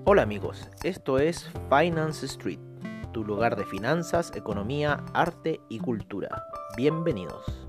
Hola amigos, esto es Finance Street, tu lugar de finanzas, economía, arte y cultura. Bienvenidos.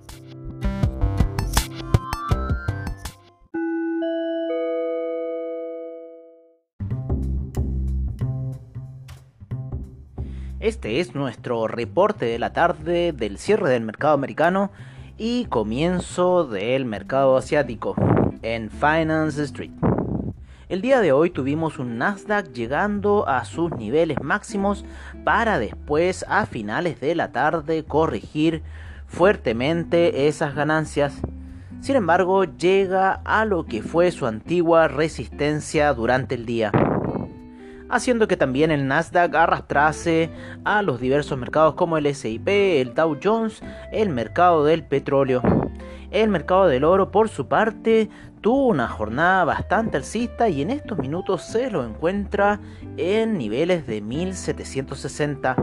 Este es nuestro reporte de la tarde del cierre del mercado americano y comienzo del mercado asiático en Finance Street. El día de hoy tuvimos un Nasdaq llegando a sus niveles máximos para después a finales de la tarde corregir fuertemente esas ganancias. Sin embargo, llega a lo que fue su antigua resistencia durante el día, haciendo que también el Nasdaq arrastrase a los diversos mercados como el S&P, el Dow Jones, el mercado del petróleo. El mercado del oro, por su parte, tuvo una jornada bastante alcista y en estos minutos se lo encuentra en niveles de 1760.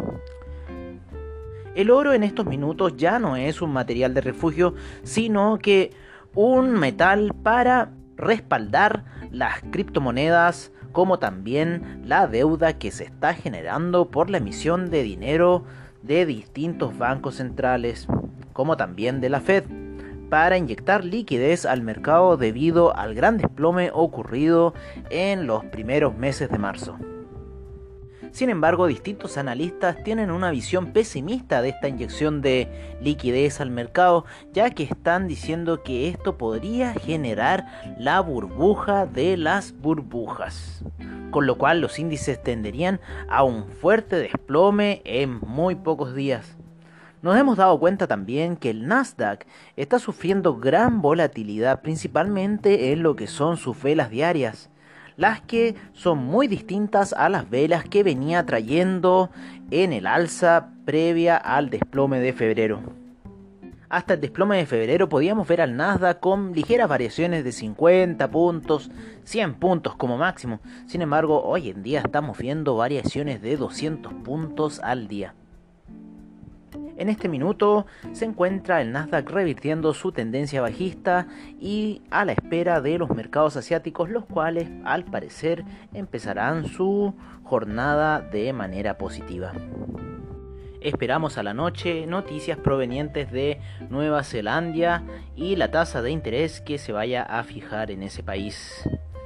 El oro en estos minutos ya no es un material de refugio, sino que un metal para respaldar las criptomonedas, como también la deuda que se está generando por la emisión de dinero de distintos bancos centrales, como también de la Fed, para inyectar liquidez al mercado debido al gran desplome ocurrido en los primeros meses de marzo. Sin embargo, distintos analistas tienen una visión pesimista de esta inyección de liquidez al mercado, ya que están diciendo que esto podría generar la burbuja de las burbujas, con lo cual los índices tenderían a un fuerte desplome en muy pocos días. Nos hemos dado cuenta también que el Nasdaq está sufriendo gran volatilidad, principalmente en lo que son sus velas diarias, las que son muy distintas a las velas que venía trayendo en el alza previa al desplome de febrero. Hasta el desplome de febrero podíamos ver al Nasdaq con ligeras variaciones de 50 puntos, 100 puntos como máximo. Sin embargo, hoy en día estamos viendo variaciones de 200 puntos al día. En este minuto se encuentra el Nasdaq revirtiendo su tendencia bajista y a la espera de los mercados asiáticos, los cuales al parecer empezarán su jornada de manera positiva. Esperamos a la noche noticias provenientes de Nueva Zelanda y la tasa de interés que se vaya a fijar en ese país.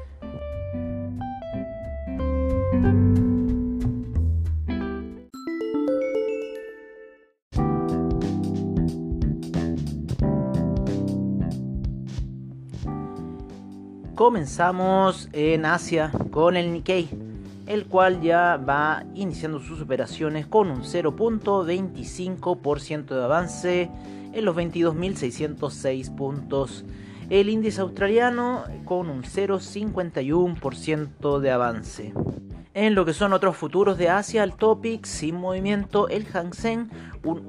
Comenzamos en Asia con el Nikkei, el cual ya va iniciando sus operaciones con un 0.25% de avance en los 22.606 puntos. El índice australiano con un 0.51% de avance. En lo que son otros futuros de Asia, el Topix sin movimiento, el Hang Seng un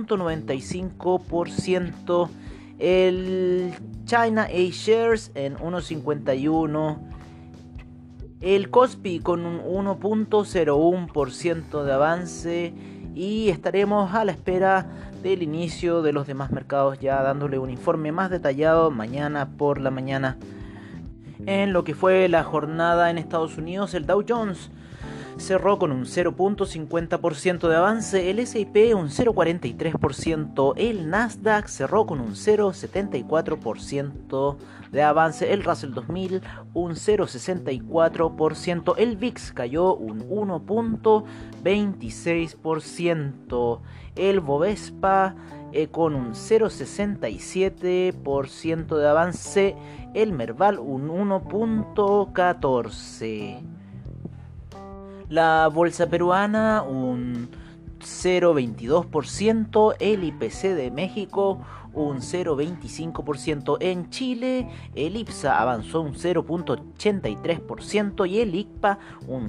1.95%, el China A-Shares en 1.51%, el Kospi con un 1.01% de avance, y estaremos a la espera del inicio de los demás mercados, ya dándole un informe más detallado mañana por la mañana. En lo que fue la jornada en Estados Unidos, el Dow Jones cerró con un 0.50% de avance, el S&P un 0.43%, el Nasdaq cerró con un 0.74% de avance, el Russell 2000 un 0.64%, el VIX cayó un 1.26%, el Bovespa con un 0.67% de avance, el Merval un 1.14%. La bolsa peruana un 0.22%, el IPC de México un 0.25%, en Chile el IPSA avanzó un 0.83% y el ICPA un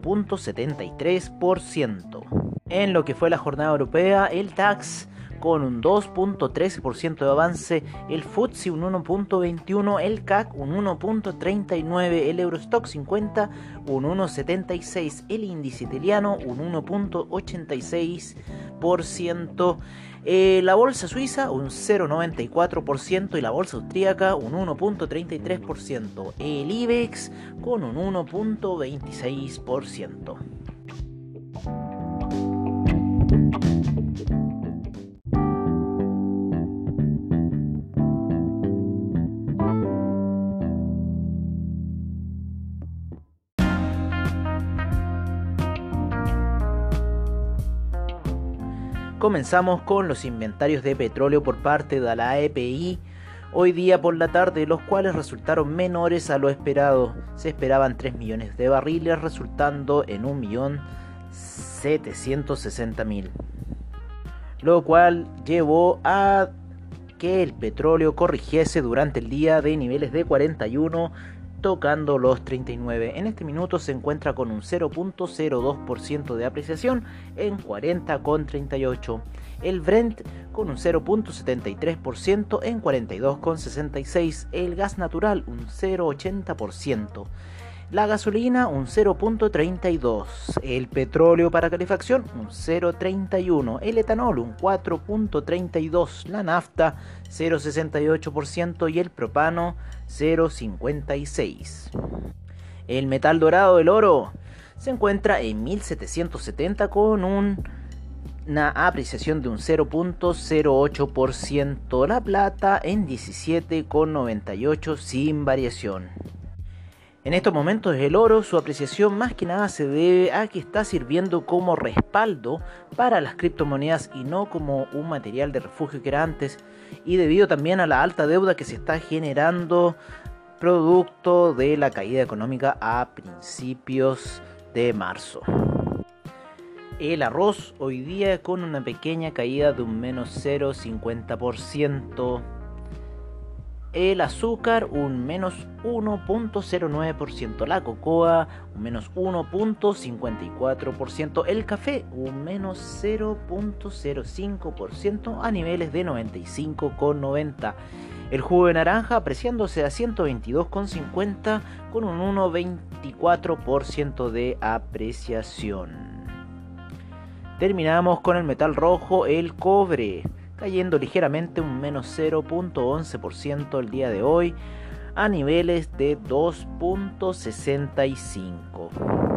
0.73%. En lo que fue la jornada europea, el DAX con un 2.13% de avance, el FTSE un 1.21%, el CAC un 1.39%, el Eurostock 50 un 1.76%, el índice italiano un 1.86%, 0,93%. La bolsa suiza un 0,94% y la bolsa austríaca un 1,33%. El IBEX con un 1,26%. Comenzamos con los inventarios de petróleo por parte de la EPI hoy día por la tarde, los cuales resultaron menores a lo esperado. Se esperaban 3 millones de barriles, resultando en 1.760.000, lo cual llevó a que el petróleo corrigiese durante el día de niveles de 41, tocando los 39. En este minuto se encuentra con un 0,02% de apreciación en 40,38. El Brent con un 0,73% en 42,66. El gas natural un 0,80%. La gasolina un 0,32, el petróleo para calefacción un 0,31, el etanol un 4,32, la nafta 0,68% y el propano 0,56. El metal dorado, el oro, se encuentra en 1770 con una apreciación de un 0,08%, la plata en 17,98 sin variación. En estos momentos el oro, su apreciación más que nada se debe a que está sirviendo como respaldo para las criptomonedas y no como un material de refugio que era antes, y debido también a la alta deuda que se está generando producto de la caída económica a principios de marzo. El arroz hoy día con una pequeña caída de un menos 0,50%. El azúcar un menos 1,09%, la cocoa un menos 1,54%, el café un menos 0,05% a niveles de 95,90. El jugo de naranja apreciándose a 122,50 con un 1,24% de apreciación. Terminamos con el metal rojo, el cobre, cayendo ligeramente un menos 0,11% el día de hoy a niveles de 2,65.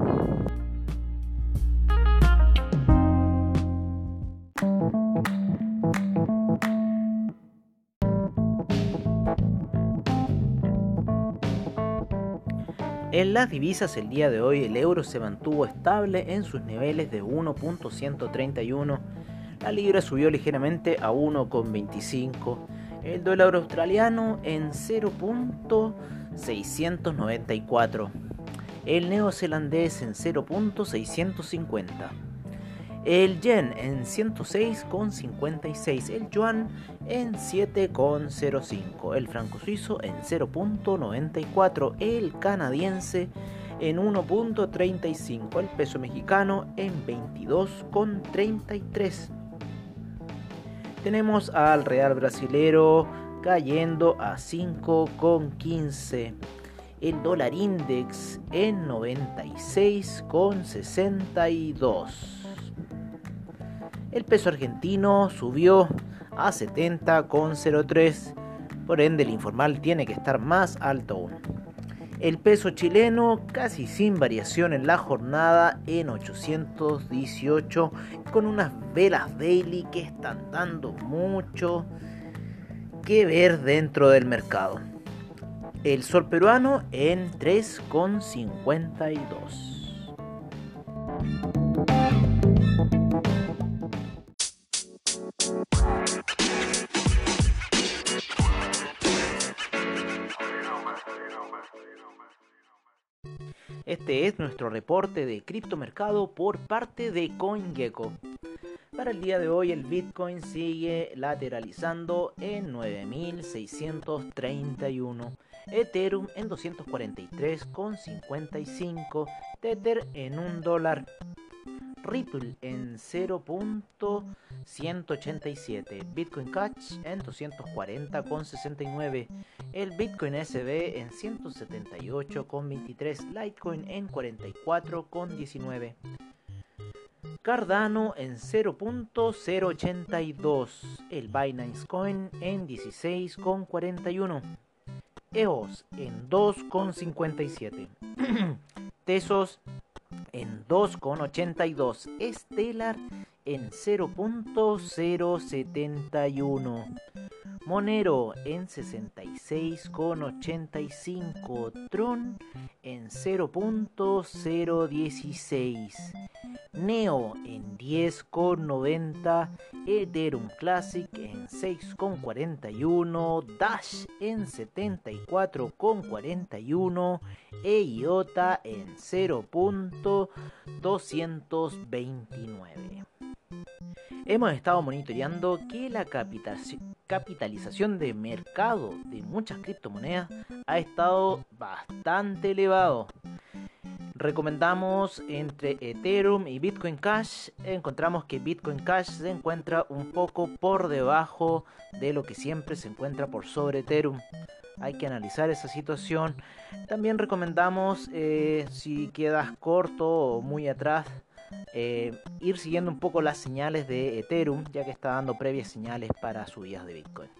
En las divisas el día de hoy el euro se mantuvo estable en sus niveles de 1,131. La libra subió ligeramente a 1,25. El dólar australiano en 0,694. El neozelandés en 0,650. El yen en 106,56. El yuan en 7,05. El franco suizo en 0,94. El canadiense en 1,35. El peso mexicano en 22,33. Tenemos al real brasilero cayendo a 5,15. El dólar index en 96,62. El peso argentino subió a 70,03. Por ende el informal tiene que estar más alto aún. El peso chileno casi sin variación en la jornada en 818, con unas velas daily que están dando mucho que ver dentro del mercado. El sol peruano en 3,52. Este es nuestro reporte de criptomercado por parte de CoinGecko. Para el día de hoy el Bitcoin sigue lateralizando en 9.631, Ethereum en 243,55, Tether en $1, Ripple en 0.187, Bitcoin Cash en 240,69, el Bitcoin SB en 178,23, Litecoin en 44,19. Cardano en 0.082, el Binance Coin en 16,41, EOS en 2,57, Tesos en 2,82, Stellar en 0.071, Monero en 66,85, Tron en 0.016, Neo en 10,90, Ethereum Classic en 6,41, Dash en 74,41 e IOTA en 0.229. Hemos estado monitoreando que la capitalización de mercado de muchas criptomonedas ha estado bastante elevado. Recomendamos entre Ethereum y Bitcoin Cash. Encontramos que Bitcoin Cash se encuentra un poco por debajo de lo que siempre se encuentra por sobre Ethereum. Hay que analizar esa situación. También recomendamos, si quedas corto o muy atrás, ir siguiendo un poco las señales de Ethereum, ya que está dando previas señales para subidas de Bitcoin.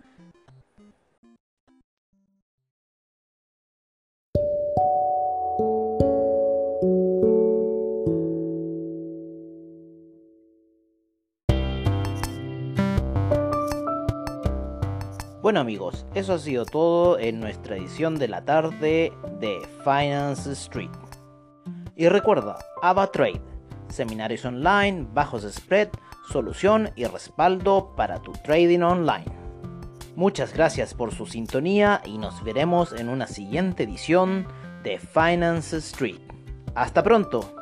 Bueno amigos, eso ha sido todo en nuestra edición de la tarde de Finance Street. Y recuerda, AvaTrade, seminarios online, bajos spread, solución y respaldo para tu trading online. Muchas gracias por su sintonía y nos veremos en una siguiente edición de Finance Street. ¡Hasta pronto!